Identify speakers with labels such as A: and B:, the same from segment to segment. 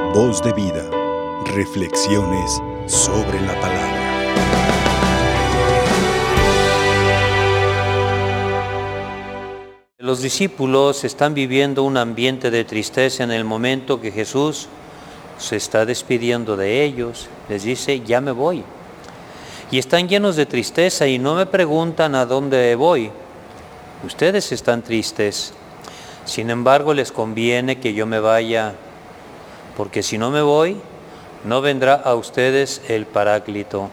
A: Voz de vida. Reflexiones sobre la palabra.
B: Los discípulos están viviendo un ambiente de tristeza en el momento que Jesús se está despidiendo de ellos. Les dice, ya me voy. Y están llenos de tristeza y no me preguntan a dónde voy. Ustedes están tristes. Sin embargo, les conviene que yo me vaya, porque si no me voy, no vendrá a ustedes el Paráclito.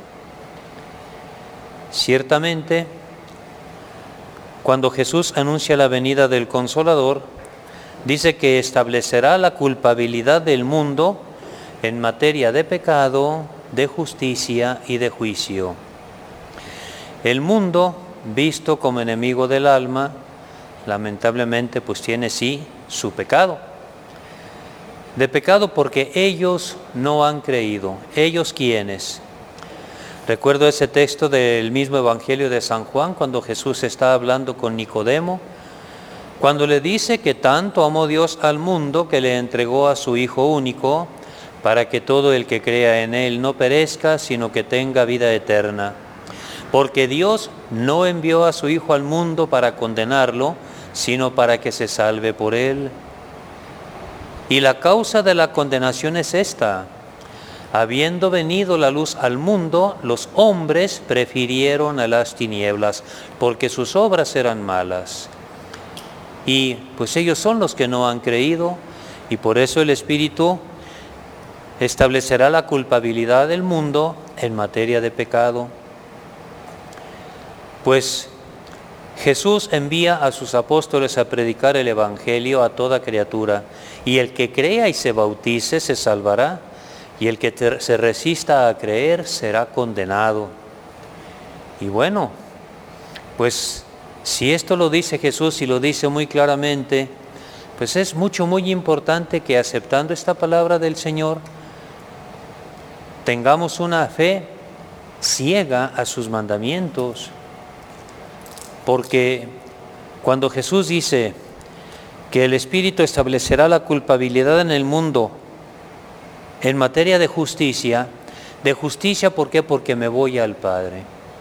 B: Ciertamente, cuando Jesús anuncia la venida del Consolador, dice que establecerá la culpabilidad del mundo en materia de pecado, de justicia y de juicio. El mundo, visto como enemigo del alma, lamentablemente pues tiene sí su pecado. De pecado porque ellos no han creído. ¿Ellos quiénes? Recuerdo ese texto del mismo Evangelio de San Juan, cuando Jesús está hablando con Nicodemo, cuando le dice que tanto amó Dios al mundo que le entregó a su Hijo único, para que todo el que crea en Él no perezca, sino que tenga vida eterna. Porque Dios no envió a su Hijo al mundo para condenarlo, sino para que se salve por Él. Y la causa de la condenación es esta: habiendo venido la luz al mundo, los hombres prefirieron a las tinieblas, porque sus obras eran malas. Y pues ellos son los que no han creído, y por eso el Espíritu establecerá la culpabilidad del mundo en materia de pecado. Pues Jesús envía a sus apóstoles a predicar el Evangelio a toda criatura, y el que crea y se bautice se salvará, y el que se resista a creer será condenado. Y bueno, pues si esto lo dice Jesús y lo dice muy claramente, pues es muy importante que aceptando esta palabra del Señor, tengamos una fe ciega a sus mandamientos. Porque cuando Jesús dice que el Espíritu establecerá la culpabilidad en el mundo en materia de justicia, ¿por qué? Porque me voy al Padre.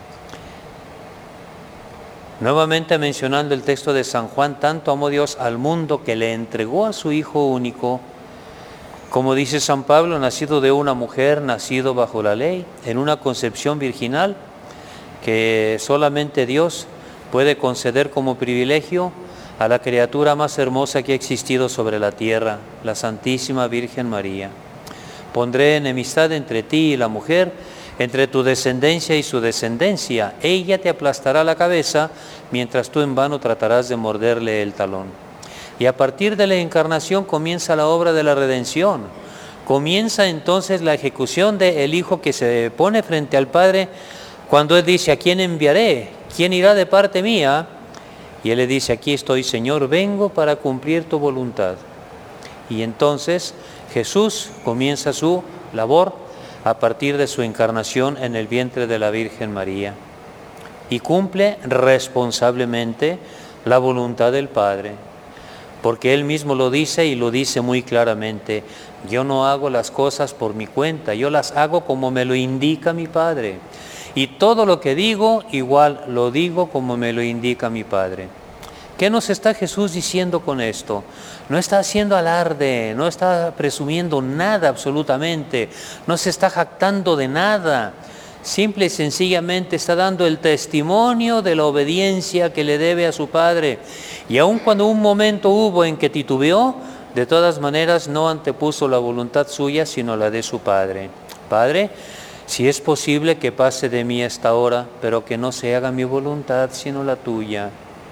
B: Nuevamente mencionando el texto de San Juan, tanto amó Dios al mundo que le entregó a su Hijo único, como dice San Pablo, nacido de una mujer, nacido bajo la ley, en una concepción virginal, que solamente Dios puede conceder como privilegio a la criatura más hermosa que ha existido sobre la tierra, la Santísima Virgen María. Pondré enemistad entre ti y la mujer, entre tu descendencia y su descendencia. Ella te aplastará la cabeza, mientras tú en vano tratarás de morderle el talón. Y a partir de la encarnación comienza la obra de la redención. Comienza entonces la ejecución del Hijo que se pone frente al Padre cuando Él dice, ¿a quién enviaré? ¿Quién irá de parte mía? Y Él le dice, aquí estoy, Señor, vengo para cumplir tu voluntad. Y entonces Jesús comienza su labor a partir de su encarnación en el vientre de la Virgen María. Y cumple responsablemente la voluntad del Padre. Porque Él mismo lo dice y lo dice muy claramente. Yo no hago las cosas por mi cuenta, yo las hago como me lo indica mi Padre. Y todo lo que digo, igual lo digo como me lo indica mi Padre. ¿Qué nos está Jesús diciendo con esto? No está haciendo alarde, no está presumiendo nada absolutamente, no se está jactando de nada. Simple y sencillamente está dando el testimonio de la obediencia que le debe a su Padre. Y aun cuando un momento hubo en que titubeó, de todas maneras no antepuso la voluntad suya, sino la de su Padre. Padre, si es posible que pase de mí esta hora, pero que no se haga mi voluntad, sino la tuya.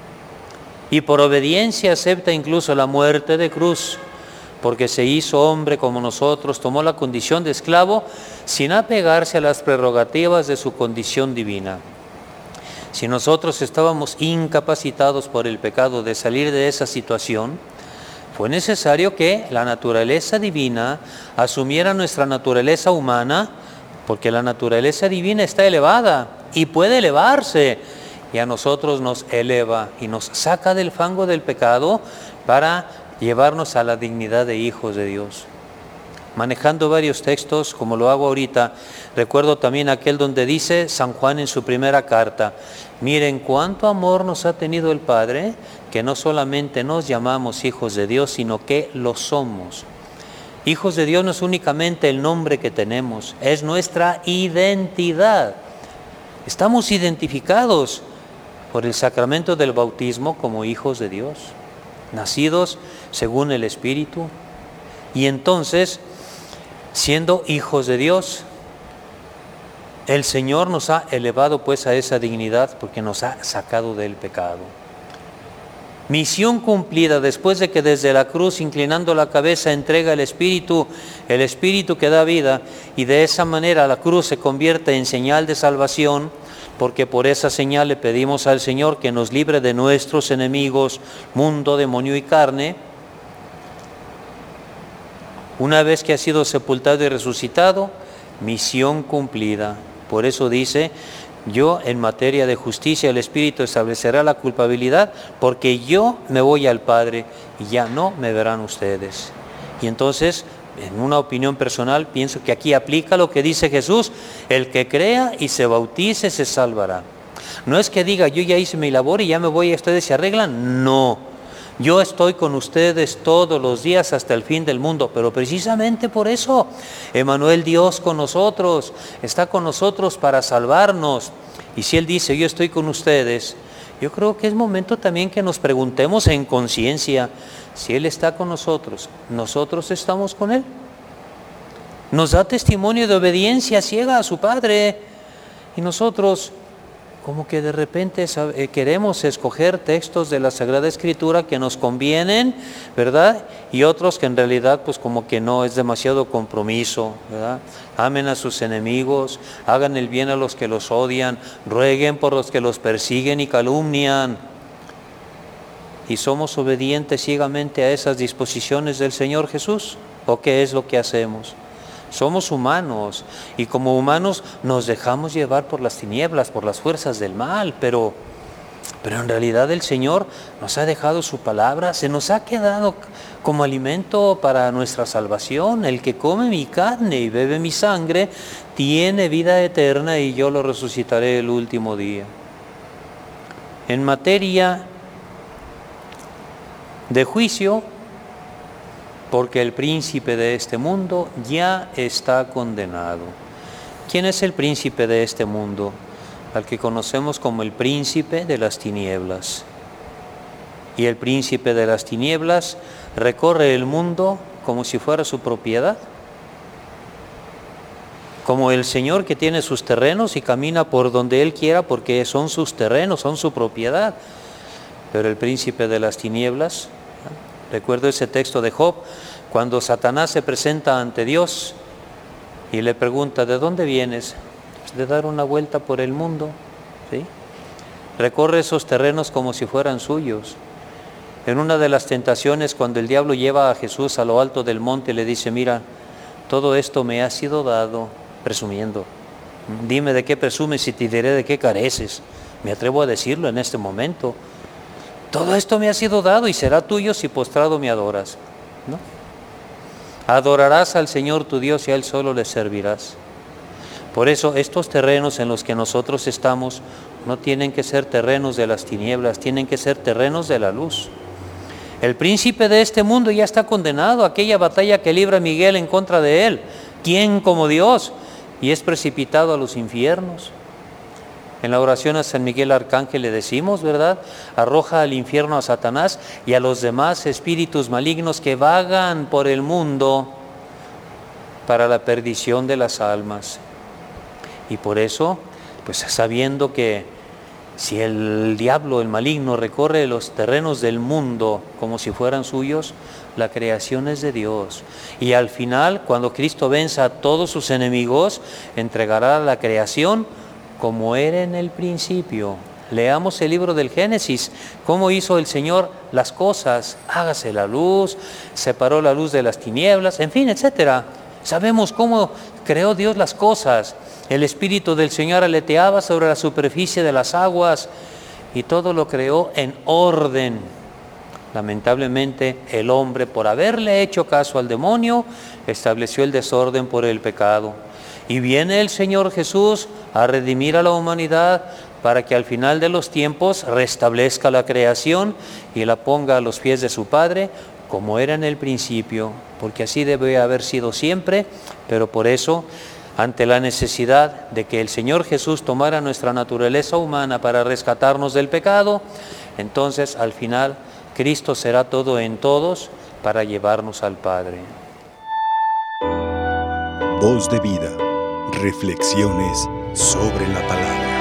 B: Y por obediencia acepta incluso la muerte de cruz, porque se hizo hombre como nosotros, tomó la condición de esclavo sin apegarse a las prerrogativas de su condición divina. Si nosotros estábamos incapacitados por el pecado de salir de esa situación, fue necesario que la naturaleza divina asumiera nuestra naturaleza humana, porque la naturaleza divina está elevada y puede elevarse, y a nosotros nos eleva y nos saca del fango del pecado para llevarnos a la dignidad de hijos de Dios. manejando varios textos, como lo hago ahorita, recuerdo también aquel donde dice San Juan en su primera carta, miren cuánto amor nos ha tenido el Padre, que no solamente nos llamamos hijos de Dios, sino que lo somos. Hijos de Dios no es únicamente el nombre que tenemos, es nuestra identidad. Estamos identificados por el sacramento del bautismo como hijos de Dios, nacidos según el Espíritu. Y entonces, siendo hijos de Dios, el Señor nos ha elevado pues a esa dignidad porque nos ha sacado del pecado. Misión cumplida después de que desde la cruz, inclinando la cabeza, entrega el Espíritu que da vida, y de esa manera la cruz se convierte en señal de salvación, porque por esa señal le pedimos al Señor que nos libre de nuestros enemigos, mundo, demonio y carne. Una vez que ha sido sepultado y resucitado, misión cumplida. Por eso dice, yo en materia de justicia el Espíritu establecerá la culpabilidad, porque yo me voy al Padre y ya no me verán ustedes. Y entonces, en una opinión personal, pienso que aquí aplica lo que dice Jesús, el que crea y se bautice se salvará. No es que diga, yo ya hice mi labor y ya me voy y ustedes se arreglan, no. Yo estoy con ustedes todos los días hasta el fin del mundo, pero precisamente por eso, Emmanuel, Dios con nosotros, está con nosotros para salvarnos. Y si Él dice, yo estoy con ustedes, yo creo que es momento también que nos preguntemos en conciencia, si Él está con nosotros, ¿nosotros estamos con Él? Nos da testimonio de obediencia ciega a su Padre, y nosotros como que de repente queremos escoger textos de la Sagrada Escritura que nos convienen, ¿verdad? Y otros que en realidad pues como que no es demasiado compromiso, ¿verdad? Amen a sus enemigos, hagan el bien a los que los odian, rueguen por los que los persiguen y calumnian. ¿Y somos obedientes ciegamente a esas disposiciones del Señor Jesús? ¿O qué es lo que hacemos? Somos humanos y como humanos nos dejamos llevar por las tinieblas, por las fuerzas del mal, pero en realidad el Señor nos ha dejado su palabra, se nos ha quedado como alimento para nuestra salvación. El que come mi carne y bebe mi sangre tiene vida eterna y yo lo resucitaré el último día. En materia de juicio, porque el príncipe de este mundo ya está condenado. ¿Quién es el príncipe de este mundo? Al que conocemos como el príncipe de las tinieblas. Y el príncipe de las tinieblas recorre el mundo como si fuera su propiedad. Como el Señor que tiene sus terrenos y camina por donde Él quiera porque son sus terrenos, son su propiedad. Pero el príncipe de las tinieblas, recuerdo ese texto de Job, cuando Satanás se presenta ante Dios y le pregunta, ¿de dónde vienes? Pues de dar una vuelta por el mundo, ¿sí? Recorre esos terrenos como si fueran suyos. En una de las tentaciones, cuando el diablo lleva a Jesús a lo alto del monte, le dice, mira, todo esto me ha sido dado, presumiendo. Dime de qué presumes y te diré de qué careces. Me atrevo a decirlo en este momento. Todo esto me ha sido dado y será tuyo si postrado me adoras, ¿no? Adorarás al Señor tu Dios y a Él solo le servirás. Por eso estos terrenos en los que nosotros estamos no tienen que ser terrenos de las tinieblas, tienen que ser terrenos de la luz. El príncipe de este mundo ya está condenado a aquella batalla que libra Miguel en contra de él. ¿Quién como Dios? Y es precipitado a los infiernos. En la oración a San Miguel Arcángel le decimos, ¿verdad? Arroja al infierno a Satanás y a los demás espíritus malignos que vagan por el mundo para la perdición de las almas. Y por eso, pues sabiendo que si el diablo, el maligno, recorre los terrenos del mundo como si fueran suyos, la creación es de Dios. Y al final, cuando Cristo venza a todos sus enemigos, entregará la creación como era en el principio. Leamos el libro del Génesis, cómo hizo el Señor las cosas. Hágase la luz, separó la luz de las tinieblas, en fin, etcétera. Sabemos cómo creó Dios las cosas. El Espíritu del Señor aleteaba sobre la superficie de las aguas y todo lo creó en orden. Lamentablemente, el hombre, por haberle hecho caso al demonio, estableció el desorden por el pecado. Y viene el Señor Jesús a redimir a la humanidad para que al final de los tiempos restablezca la creación y la ponga a los pies de su Padre, como era en el principio, porque así debe haber sido siempre, pero por eso, ante la necesidad de que el Señor Jesús tomara nuestra naturaleza humana para rescatarnos del pecado, entonces al final Cristo será todo en todos para llevarnos al Padre.
A: Voz de vida. Reflexiones sobre la palabra.